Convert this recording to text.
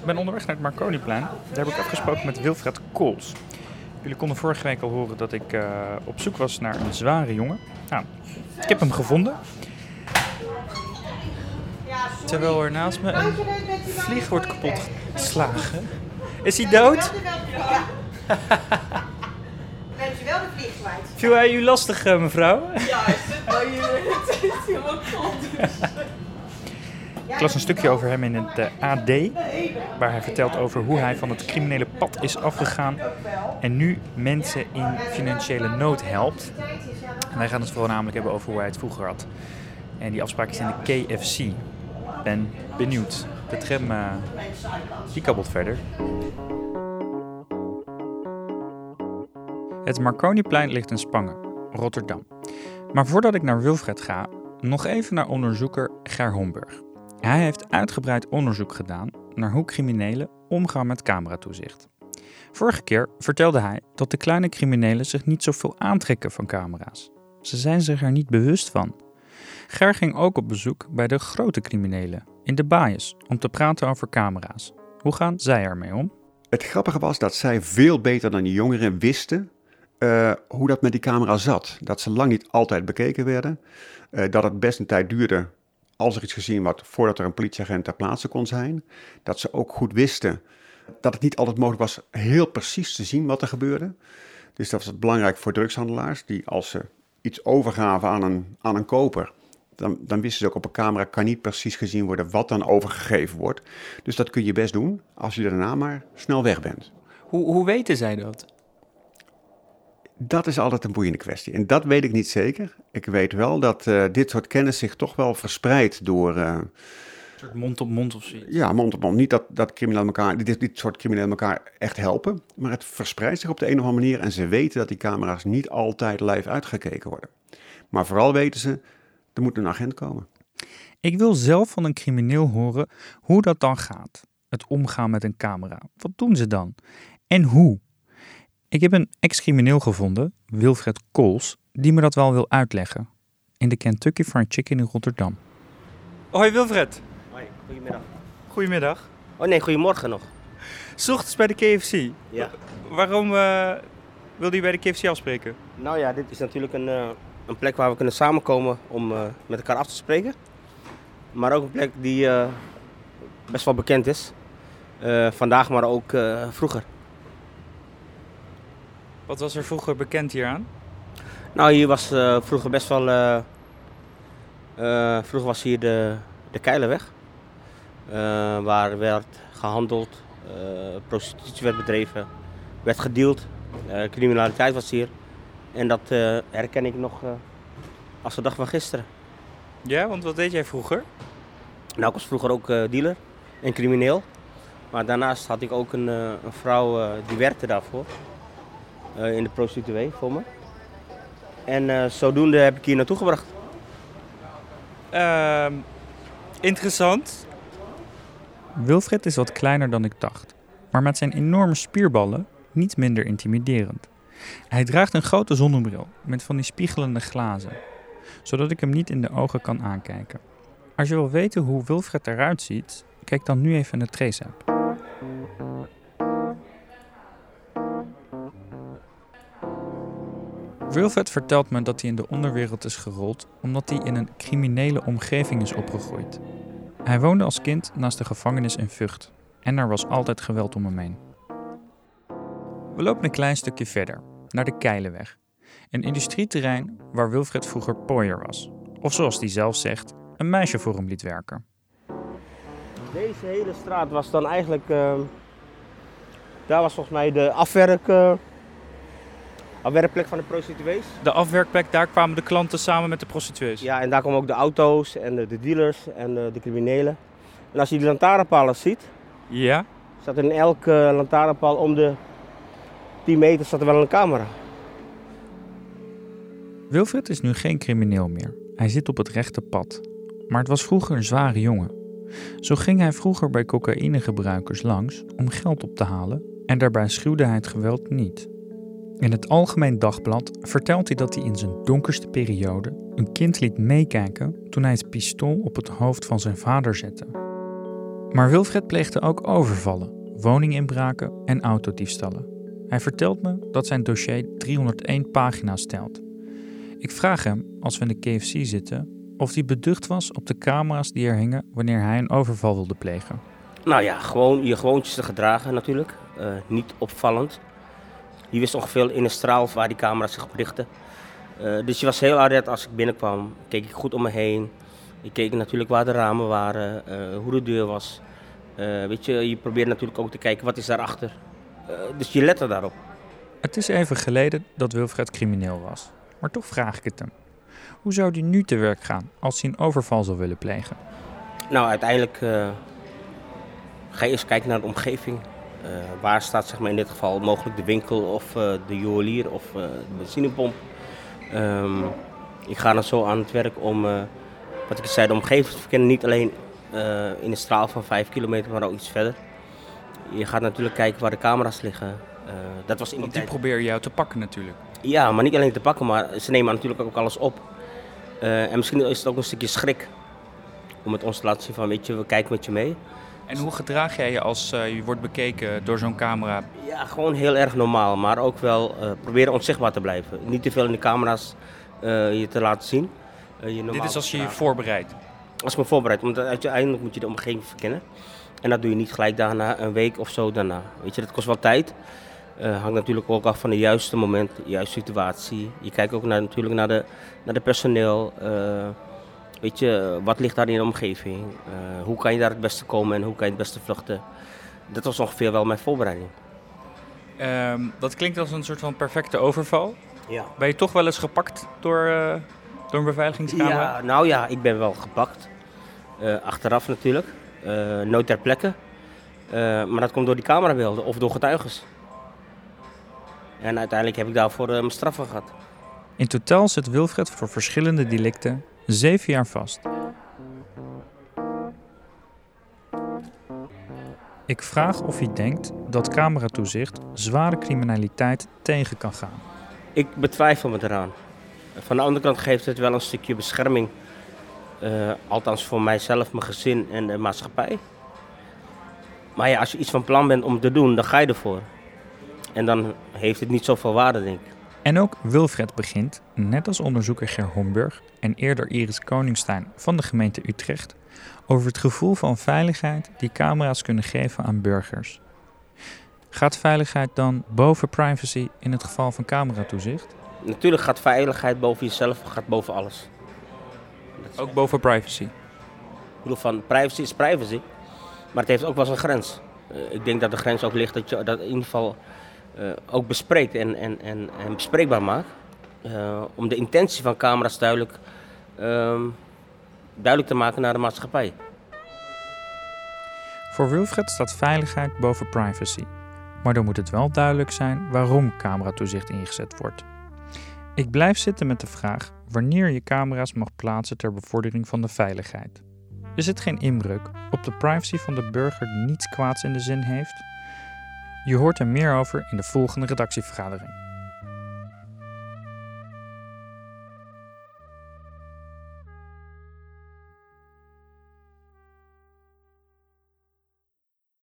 Ik ben onderweg naar het Marconiplein. Daar heb ik afgesproken met Wilfred Kools. Jullie konden vorige week al horen dat ik op zoek was naar een zware jongen. Nou, ik heb hem gevonden. Terwijl er naast me een vlieg wordt kapot geslagen. Is hij dood? Ja. Neemt je wel de vlieg kwijt? Viel hij u lastig, mevrouw? Ja, hij zit nou hier. Het is helemaal koud. Ik las een stukje over hem in het AD, waar hij vertelt over hoe hij van het criminele pad is afgegaan en nu mensen in financiële nood helpt. En wij gaan het vooral namelijk hebben over hoe hij het vroeger had. En die afspraak is in de KFC. Ben benieuwd. De tram die kabbelt verder. Het Marconiplein ligt in Spangen, Rotterdam. Maar voordat ik naar Wilfred ga, nog even naar onderzoeker Ger Homburg. Hij heeft uitgebreid onderzoek gedaan naar hoe criminelen omgaan met cameratoezicht. Vorige keer vertelde hij dat de kleine criminelen zich niet zoveel aantrekken van camera's. Ze zijn zich er niet bewust van. Ger ging ook op bezoek bij de grote criminelen in de baaiers om te praten over camera's. Hoe gaan zij ermee om? Het grappige was dat zij veel beter dan die jongeren wisten hoe dat met die camera zat. Dat ze lang niet altijd bekeken werden. Dat het best een tijd duurde als er iets gezien werd voordat er een politieagent ter plaatse kon zijn. Dat ze ook goed wisten dat het niet altijd mogelijk was heel precies te zien wat er gebeurde. Dus dat was belangrijk voor drugshandelaars die als ze iets overgaven aan een koper, dan wisten ze ook op een camera kan niet precies gezien worden wat dan overgegeven wordt. Dus dat kun je best doen als je daarna maar snel weg bent. Hoe weten zij dat? Dat is altijd een boeiende kwestie. En dat weet ik niet zeker. Ik weet wel dat dit soort kennis zich toch wel verspreidt door Een soort mond op mond of zoiets? ja, mond op mond. Niet dat dit soort criminelen elkaar echt helpen. Maar het verspreidt zich op de een of andere manier. En ze weten dat die camera's niet altijd live uitgekeken worden. Maar vooral weten ze, er moet een agent komen. Ik wil zelf van een crimineel horen hoe dat dan gaat. Het omgaan met een camera. Wat doen ze dan? En hoe? Ik heb een ex-crimineel gevonden, Wilfred Kools, die me dat wel wil uitleggen. In de Kentucky Fried Chicken in Rotterdam. Hoi Wilfred. Hoi, goedemiddag. Goedemiddag. Oh nee, goedemorgen nog. 's Ochtends bij de KFC. Ja. Waarom wilde je bij de KFC afspreken? Nou ja, dit is natuurlijk een plek waar we kunnen samenkomen om met elkaar af te spreken. Maar ook een plek die best wel bekend is. Vandaag, maar ook vroeger. Wat was er vroeger bekend hieraan? Nou, hier was vroeger best wel... vroeger was hier de Keilerweg. Waar werd gehandeld, prostitutie werd bedreven, werd gedeeld. Criminaliteit was hier. En dat herken ik nog als de dag van gisteren. Ja, want wat deed jij vroeger? Nou, ik was vroeger ook dealer en crimineel. Maar daarnaast had ik ook een vrouw die werkte daarvoor. In de prostituee voor me. En zodoende heb ik hier naartoe gebracht. Interessant. Wilfred is wat kleiner dan ik dacht. Maar met zijn enorme spierballen niet minder intimiderend. Hij draagt een grote zonnebril met van die spiegelende glazen. Zodat ik hem niet in de ogen kan aankijken. Als je wil weten hoe Wilfred eruit ziet, kijk dan nu even in de Trace-app. Wilfred vertelt me dat hij in de onderwereld is gerold omdat hij in een criminele omgeving is opgegroeid. Hij woonde als kind naast de gevangenis in Vught en er was altijd geweld om hem heen. We lopen een klein stukje verder, naar de Keilerweg. Een industrieterrein waar Wilfred vroeger pooier was. Of zoals hij zelf zegt, een meisje voor hem liet werken. Deze hele straat was dan eigenlijk... daar was volgens mij de afwerkplek van de prostituees. De afwerkplek, daar kwamen de klanten samen met de prostituees. Ja, en daar komen ook de auto's en de dealers en de criminelen. En als je die lantaarnpalen ziet, Ja? staat er in elke lantaarnpaal om de 10 meter staat er wel een camera. Wilfred is nu geen crimineel meer. Hij zit op het rechte pad. Maar het was vroeger een zware jongen. Zo ging hij vroeger bij cocaïnegebruikers langs om geld op te halen en daarbij schuwde hij het geweld niet. In het Algemeen Dagblad vertelt hij dat hij in zijn donkerste periode een kind liet meekijken toen hij het pistool op het hoofd van zijn vader zette. Maar Wilfred pleegde ook overvallen, woninginbraken en autodiefstallen. Hij vertelt me dat zijn dossier 301 pagina's telt. Ik vraag hem, als we in de KFC zitten, of hij beducht was op de camera's die er hingen wanneer hij een overval wilde plegen. Nou ja, gewoon je gewoontjes te gedragen natuurlijk. Niet opvallend. Je wist ongeveer in een straal waar die camera's zich op richtten. Dus je was heel alert als ik binnenkwam. Keek ik goed om me heen. Ik keek natuurlijk waar de ramen waren, hoe de deur was. Weet je probeert natuurlijk ook te kijken wat is daarachter. Dus je lette daarop. Het is even geleden dat Wilfred crimineel was. Maar toch vraag ik het hem. Hoe zou hij nu te werk gaan als hij een overval zou willen plegen? Nou, uiteindelijk ga je eerst kijken naar de omgeving. Waar staat zeg maar, in dit geval mogelijk de winkel of de juwelier of de benzinepomp. Ik ga dan zo aan het werk om, wat ik zei, de omgeving te verkennen. Niet alleen in een straal van 5 kilometer, maar ook iets verder. Je gaat natuurlijk kijken waar de camera's liggen. Dat was in die Want die tijd... proberen jou te pakken natuurlijk. Ja, maar niet alleen te pakken, maar ze nemen natuurlijk ook alles op. En misschien is het ook een stukje schrik om het ons te laten zien van, weet je, we kijken met je mee. En hoe gedraag jij je als je wordt bekeken door zo'n camera? Ja, gewoon heel erg normaal, maar ook wel proberen onzichtbaar te blijven. Niet te veel in de camera's je te laten zien. Dit is als je je voorbereidt. Als ik me voorbereid, want uiteindelijk moet je de omgeving verkennen. En dat doe je niet gelijk daarna, een week of zo daarna. Weet je, dat kost wel tijd. Hangt natuurlijk ook af van het juiste moment, de juiste situatie. Je kijkt ook natuurlijk naar de personeel. Weet je, wat ligt daar in de omgeving? Hoe kan je daar het beste komen en hoe kan je het beste vluchten? Dat was ongeveer wel mijn voorbereiding. Dat klinkt als een soort van perfecte overval. Ja. Ben je toch wel eens gepakt door een beveiligingscamera? Ja, nou ja, ik ben wel gepakt. Achteraf natuurlijk. Nooit ter plekke. Maar dat komt door die camerabeelden of door getuigen. En uiteindelijk heb ik daarvoor mijn straffen gehad. In totaal zit Wilfred voor verschillende delicten 7 jaar vast. Ik vraag of hij denkt dat cameratoezicht zware criminaliteit tegen kan gaan. Ik betwijfel me eraan. Van de andere kant geeft het wel een stukje bescherming. Althans voor mijzelf, mijn gezin en de maatschappij. Maar ja, als je iets van plan bent om te doen, dan ga je ervoor. En dan heeft het niet zoveel waarde, denk ik. En ook Wilfred begint, net als onderzoeker Ger Homburg en eerder Iris Koningstein van de gemeente Utrecht, over het gevoel van veiligheid die camera's kunnen geven aan burgers. Gaat veiligheid dan boven privacy in het geval van cameratoezicht? Natuurlijk gaat veiligheid boven jezelf, gaat boven alles. Ook boven privacy? Ik bedoel, van privacy is privacy, maar het heeft ook wel eens een grens. Ik denk dat de grens ook ligt dat je dat in ieder geval ook bespreekt en bespreekbaar maakt. Om de intentie van camera's duidelijk te maken naar de maatschappij. Voor Wilfred staat veiligheid boven privacy. Maar dan moet het wel duidelijk zijn waarom cameratoezicht ingezet wordt. Ik blijf zitten met de vraag wanneer je camera's mag plaatsen ter bevordering van de veiligheid. Is het geen inbreuk op de privacy van de burger die niets kwaads in de zin heeft? Je hoort er meer over in de volgende redactievergadering.